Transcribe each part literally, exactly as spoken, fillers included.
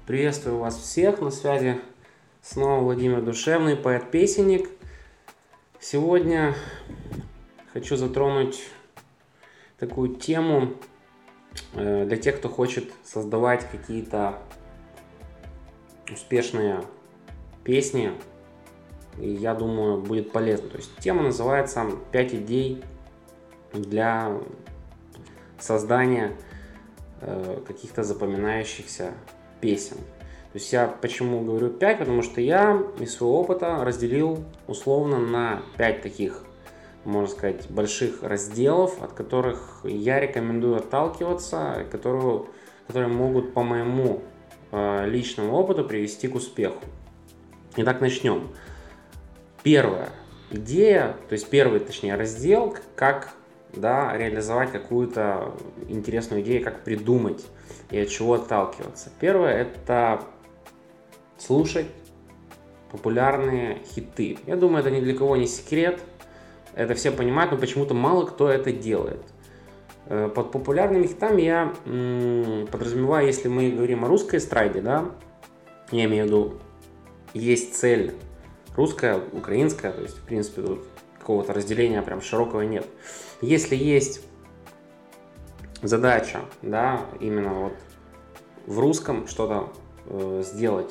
Приветствую вас всех, на связи снова Владимир Душевный, поэт-песенник. Сегодня хочу затронуть такую тему для тех, кто хочет создавать какие-то успешные песни, и я думаю, будет полезно. То есть тема называется «пять идей для создания каких-то запоминающихся песен». То есть я почему говорю пять, потому что я из своего опыта разделил условно на пять таких, можно сказать, больших разделов, от которых я рекомендую отталкиваться, которые, которые могут по моему э, личному опыту привести к успеху. Итак, начнем. Первая идея, то есть первый, точнее, раздел, как да, реализовать какую-то интересную идею, как придумать и от чего отталкиваться. Первое – это слушать популярные хиты. Я думаю, это ни для кого не секрет, это все понимают, но почему-то мало кто это делает. Под популярными хитами я м, подразумеваю, если мы говорим о русской эстраде, да, я имею в виду, есть цель русская, украинская, то есть, в принципе, тут какого-то разделения прям широкого нет. Если есть задача, да, именно вот в русском что-то э, сделать,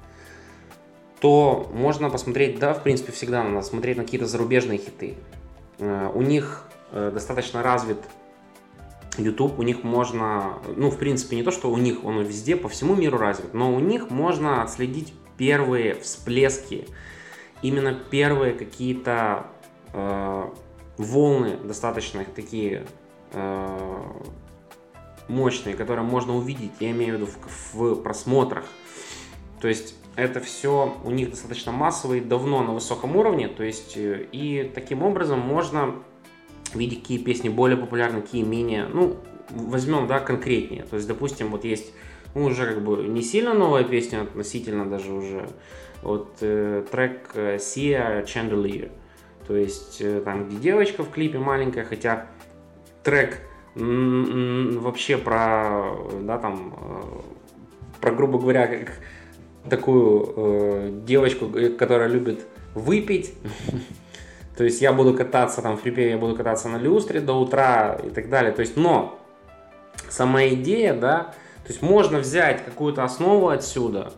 то можно посмотреть, да, в принципе, всегда надо смотреть на какие-то зарубежные хиты. Э, у них э, достаточно развит YouTube, у них можно, ну, в принципе, не то, что у них, он везде, по всему миру развит, но у них можно отследить первые всплески, именно первые какие-то э, волны достаточно такие э, мощные, которые можно увидеть, я имею в виду в, в просмотрах. То есть это все у них достаточно массово и давно на высоком уровне. То есть и таким образом можно видеть, какие песни более популярны, какие менее. Ну, возьмем, да, конкретнее. То есть, допустим, вот есть ну, уже как бы не сильно новая песня, относительно даже уже. Вот э, трек Sia Chandelier. То есть там, где девочка в клипе маленькая, хотя трек м-м, вообще про, да, там, э, про, грубо говоря, как такую э, девочку, которая любит выпить. То есть я буду кататься там в припеве, я буду кататься на люстре до утра и так далее. То есть, но сама идея, да, то есть можно взять какую-то основу отсюда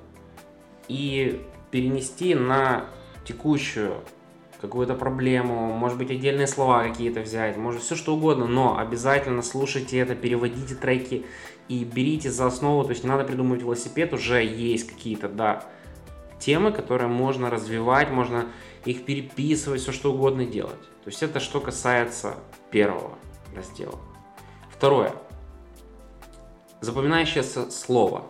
и перенести на текущую какую-то проблему, может быть, отдельные слова какие-то взять, может все что угодно, но обязательно слушайте это, переводите треки и берите за основу, то есть не надо придумывать велосипед, уже есть какие-то, да, темы, которые можно развивать, можно их переписывать, все что угодно делать. То есть это что касается первого раздела. Второе. Запоминающееся слово.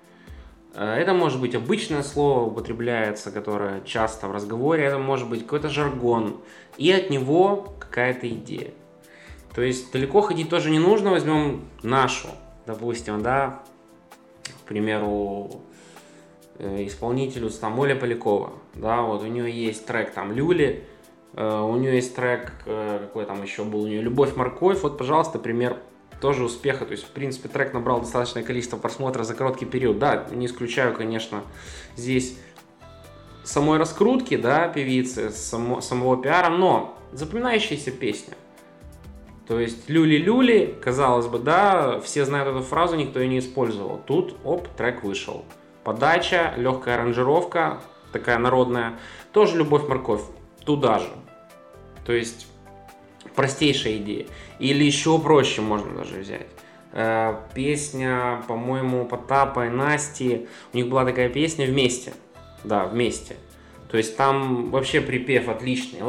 Это может быть обычное слово, употребляется, которое часто в разговоре, это может быть какой-то жаргон, и от него какая-то идея. То есть далеко ходить тоже не нужно, возьмем нашу, допустим, да, к примеру, исполнителю там Оля Полякова, да, вот у нее есть трек там «Люли», у нее есть трек, какой там еще был у нее, «Любовь-морковь», вот, пожалуйста, пример тоже успеха, то есть, в принципе, трек набрал достаточное количество просмотров за короткий период, да, не исключаю, конечно, здесь самой раскрутки, да, певицы, само, самого пиара, но запоминающаяся песня, то есть «Люли-люли», казалось бы, да, все знают эту фразу, никто ее не использовал, тут, оп, трек вышел, подача, легкая аранжировка, такая народная, тоже «Любовь-морковь», туда же, то есть простейшая идея. Или еще проще можно даже взять. Э, песня, по-моему, Потапа и Насти. У них была такая песня «Вместе». Да, «Вместе». То есть там вообще припев отличный.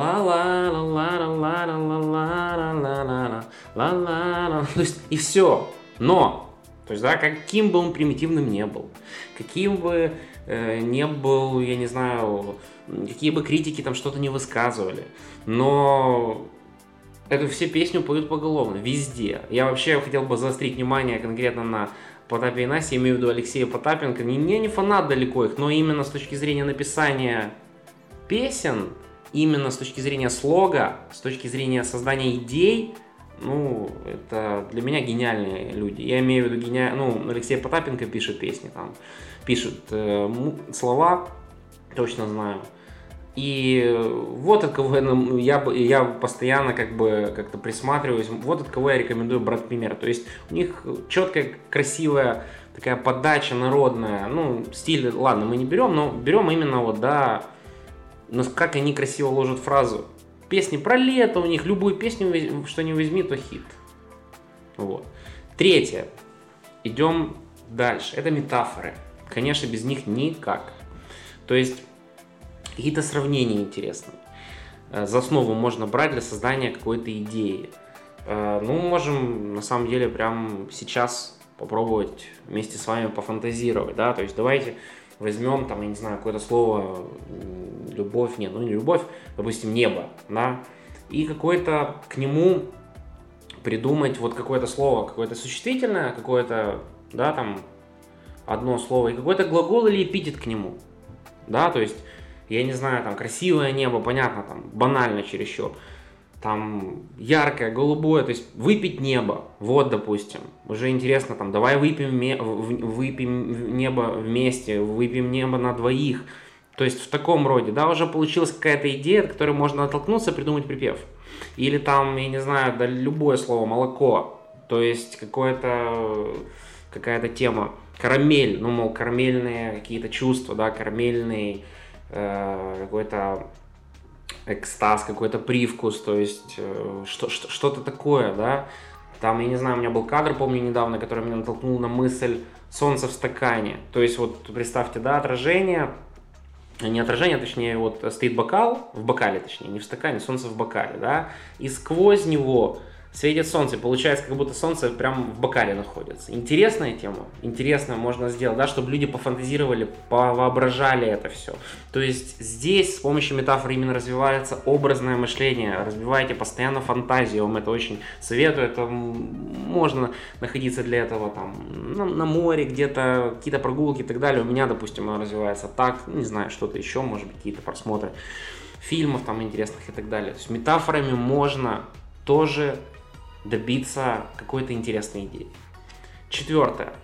Ла-ла-ла-ла-ла-ла-ла-ла-ла-ла-ла-ла. То есть и все. Но, то есть, да, каким бы он примитивным не был, каким бы э, не был, я не знаю, какие бы критики там что-то не высказывали, но эту все песню поют поголовно, везде. Я вообще хотел бы заострить внимание конкретно на Потапе и Насте, имею в виду Алексея Потапенко. Не, не, не фанат далеко их, но именно с точки зрения написания песен, именно с точки зрения слога, с точки зрения создания идей, ну, это для меня гениальные люди. Я имею в виду гениаль... ну, Алексей Потапенко пишет песни, там, пишет э, слова, точно знаю. И вот от кого я, я постоянно как бы как-то присматриваюсь, вот от кого я рекомендую брать пример. То есть у них четкая, красивая такая подача народная, ну, стиль, ладно, мы не берем, но берем именно вот, да, но как они красиво ложат фразу. Песни про лето у них, любую песню, что не возьми, то хит. Вот. Третье. Идем дальше. Это метафоры. Конечно, без них никак. То есть какие-то сравнения интересные. За основу можно брать для создания какой-то идеи. Ну, можем на самом деле прямо сейчас попробовать вместе с вами пофантазировать, да, то есть давайте возьмем, там, я не знаю, какое-то слово, любовь, нет, ну не любовь, допустим, небо, да, и какое-то к нему придумать вот какое-то слово, какое-то существительное, какое-то, да, там, одно слово, и какой-то глагол или эпитет к нему, да, то есть, я не знаю, там, красивое небо, понятно, там, банально чересчур, там, яркое, голубое, то есть, выпить небо, вот, допустим, уже интересно, там, давай выпьем, выпьем небо вместе, выпьем небо на двоих, то есть, в таком роде, да, уже получилась какая-то идея, от которой можно оттолкнуться, придумать припев, или там, я не знаю, да, любое слово, молоко, то есть, какое-то, какая-то тема, карамель, ну, мол, карамельные какие-то чувства, да, карамельный э, какой-то экстаз, какой-то привкус, то есть э, что, что, что-то такое, да. Там, я не знаю, у меня был кадр, помню, недавно, который меня натолкнул на мысль «солнце в стакане». То есть вот представьте, да, отражение, не отражение, точнее, вот стоит бокал, в бокале, точнее, не в стакане, солнце в бокале, да, и сквозь него светит солнце, получается, как будто солнце прямо в бокале находится. Интересная тема, интересно можно сделать, да, чтобы люди пофантазировали, повоображали это все. То есть здесь с помощью метафор именно развивается образное мышление, развивайте постоянно фантазию, я вам это очень советую, это можно находиться для этого там на, на море, где-то какие-то прогулки и так далее. У меня, допустим, оно развивается так, не знаю, что-то еще, может быть, какие-то просмотры фильмов там интересных и так далее. То есть метафорами можно тоже добиться какой-то интересной идеи. Четвертое.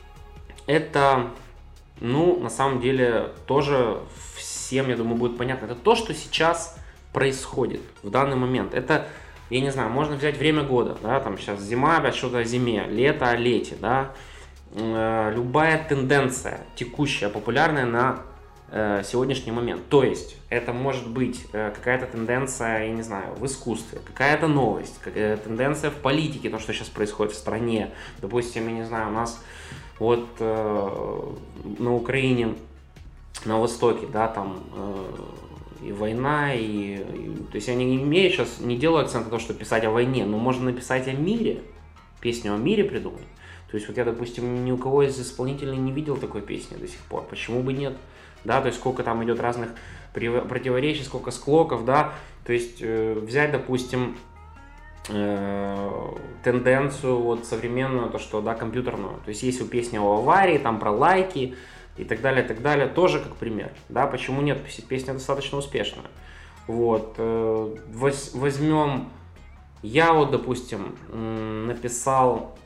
Это, ну, на самом деле, тоже всем, я думаю, будет понятно. Это то, что сейчас происходит в данный момент. Это, я не знаю, можно взять время года, да, там сейчас зима, опять что-то о зиме, лето о лете, да. Э, любая тенденция текущая, популярная на сегодняшний момент. То есть это может быть какая-то тенденция, я не знаю, в искусстве, какая-то новость, какая тенденция в политике, то, что сейчас происходит в стране. Допустим, я не знаю, у нас вот э, на Украине, на Востоке, да, там э, и война, и, и... То есть я не имею сейчас, не делаю акцент на то, что писать о войне, но можно написать о мире, песню о мире придумать. То есть вот я, допустим, ни у кого из исполнителей не видел такой песни до сих пор. Почему бы нет? Да, то есть сколько там идет разных противоречий, сколько склоков, да, то есть э, взять, допустим, э, тенденцию вот современную, то что, да, компьютерную, то есть есть у песни о аварии, там про лайки и так далее, и так далее, тоже как пример, да, почему нет, песня достаточно успешная, вот, э, возьмем, я вот, допустим, написал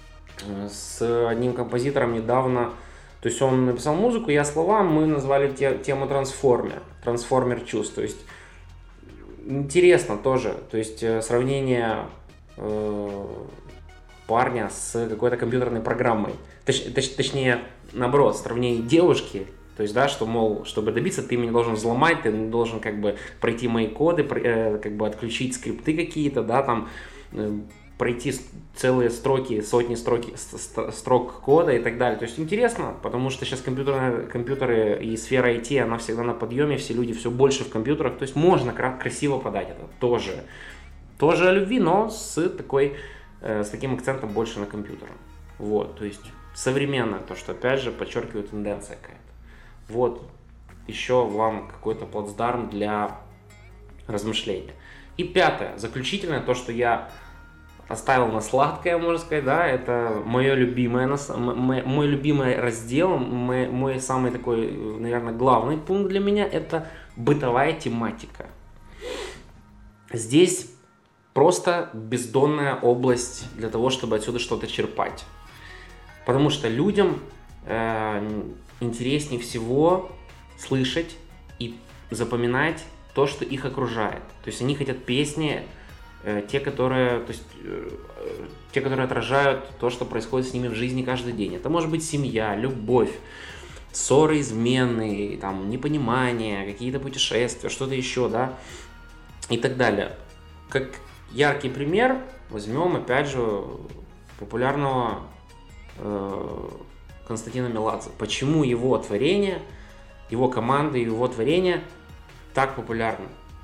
с одним композитором недавно. То есть он написал музыку, я слова, мы назвали те, тему трансформер, трансформер чувств. То есть интересно тоже, то есть сравнение э, парня с какой-то компьютерной программой. Точ, точ, точнее, наоборот, сравнение девушки, то есть, да, что, мол, чтобы добиться, ты меня должен взломать, ты должен как бы пройти мои коды, э, как бы отключить скрипты какие-то, да, там, э, пройти целые строки, сотни строки, строк кода и так далее. То есть интересно, потому что сейчас компьютеры, компьютеры и сфера ай ти, она всегда на подъеме, все люди все больше в компьютерах, то есть можно красиво подать это тоже. Тоже о любви, но с, такой, э, с таким акцентом больше на компьютер. Вот, то есть современное, то, что опять же подчеркивает тенденция какая-то. Вот, еще вам какой-то плацдарм для размышления. И пятое, заключительное, то, что я оставил на сладкое, можно сказать, да, это мое любимое, мой, мой любимый раздел, мой, мой самый такой, наверное, главный пункт для меня, это бытовая тематика. Здесь просто бездонная область для того, чтобы отсюда что-то черпать. Потому что людям э, интереснее всего слышать и запоминать то, что их окружает. То есть они хотят песни, э, те, которые, то есть, э, те, которые отражают то, что происходит с ними в жизни каждый день. Это может быть семья, любовь, ссоры, измены, там, непонимание, какие-то путешествия, что-то еще, да, и так далее. Как яркий пример возьмем, опять же, популярного э, Константина Меладзе. Почему его творение, его команда, его творение так популярны?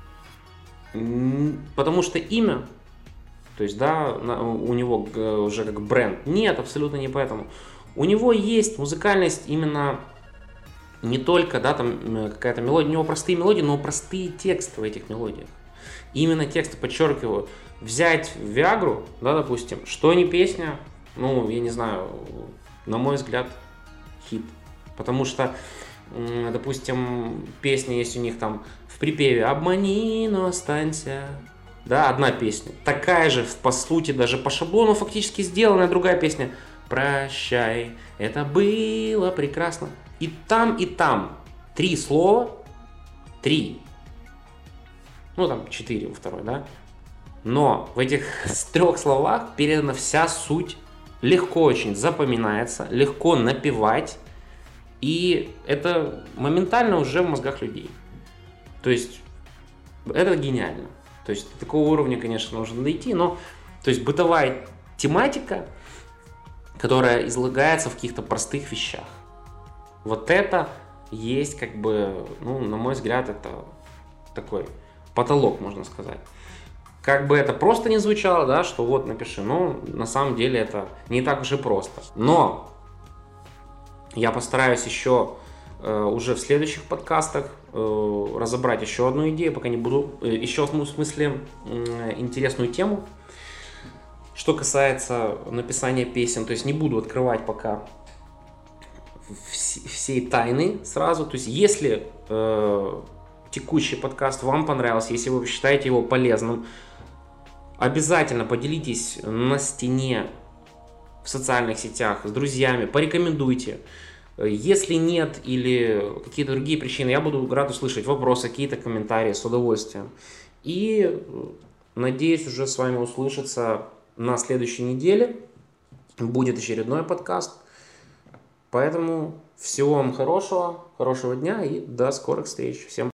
Потому что имя, то есть, да, у него уже как бренд. Нет, абсолютно не поэтому. У него есть музыкальность именно не только, да, там какая-то мелодия, у него простые мелодии, но простые тексты в этих мелодиях. Именно тексты, подчеркиваю, взять Виагру, да, допустим, что не песня, ну, я не знаю, на мой взгляд, хит. Потому что, допустим, песня есть у них там в припеве «Обмани, но останься». Да, одна песня. Такая же, по сути, даже по шаблону фактически сделанная другая песня «Прощай, это было прекрасно». И там, и там три слова, три, ну там четыре во второй, да, но в этих трех словах передана вся суть, легко очень запоминается, легко напевать, и это моментально уже в мозгах людей. То есть это гениально. То есть до такого уровня, конечно, нужно дойти, но то есть бытовая тематика, которая излагается в каких-то простых вещах. Вот это есть, как бы, ну, на мой взгляд, это такой потолок, можно сказать. Как бы это просто не звучало, да, что вот напиши, но на самом деле это не так уж и просто. Но я постараюсь еще э, уже в следующих подкастах э, разобрать еще одну идею, пока не буду, э, еще в смысле э, интересную тему, что касается написания песен. То есть не буду открывать пока всей тайны сразу. То есть если э, текущий подкаст вам понравился, если вы считаете его полезным, обязательно поделитесь на стене в социальных сетях с друзьями, порекомендуйте. Если нет или какие-то другие причины, я буду рад услышать вопросы, какие-то комментарии с удовольствием. И надеюсь уже с вами услышаться на следующей неделе. Будет очередной подкаст. Поэтому всего вам хорошего, хорошего дня и до скорых встреч. Всем пока.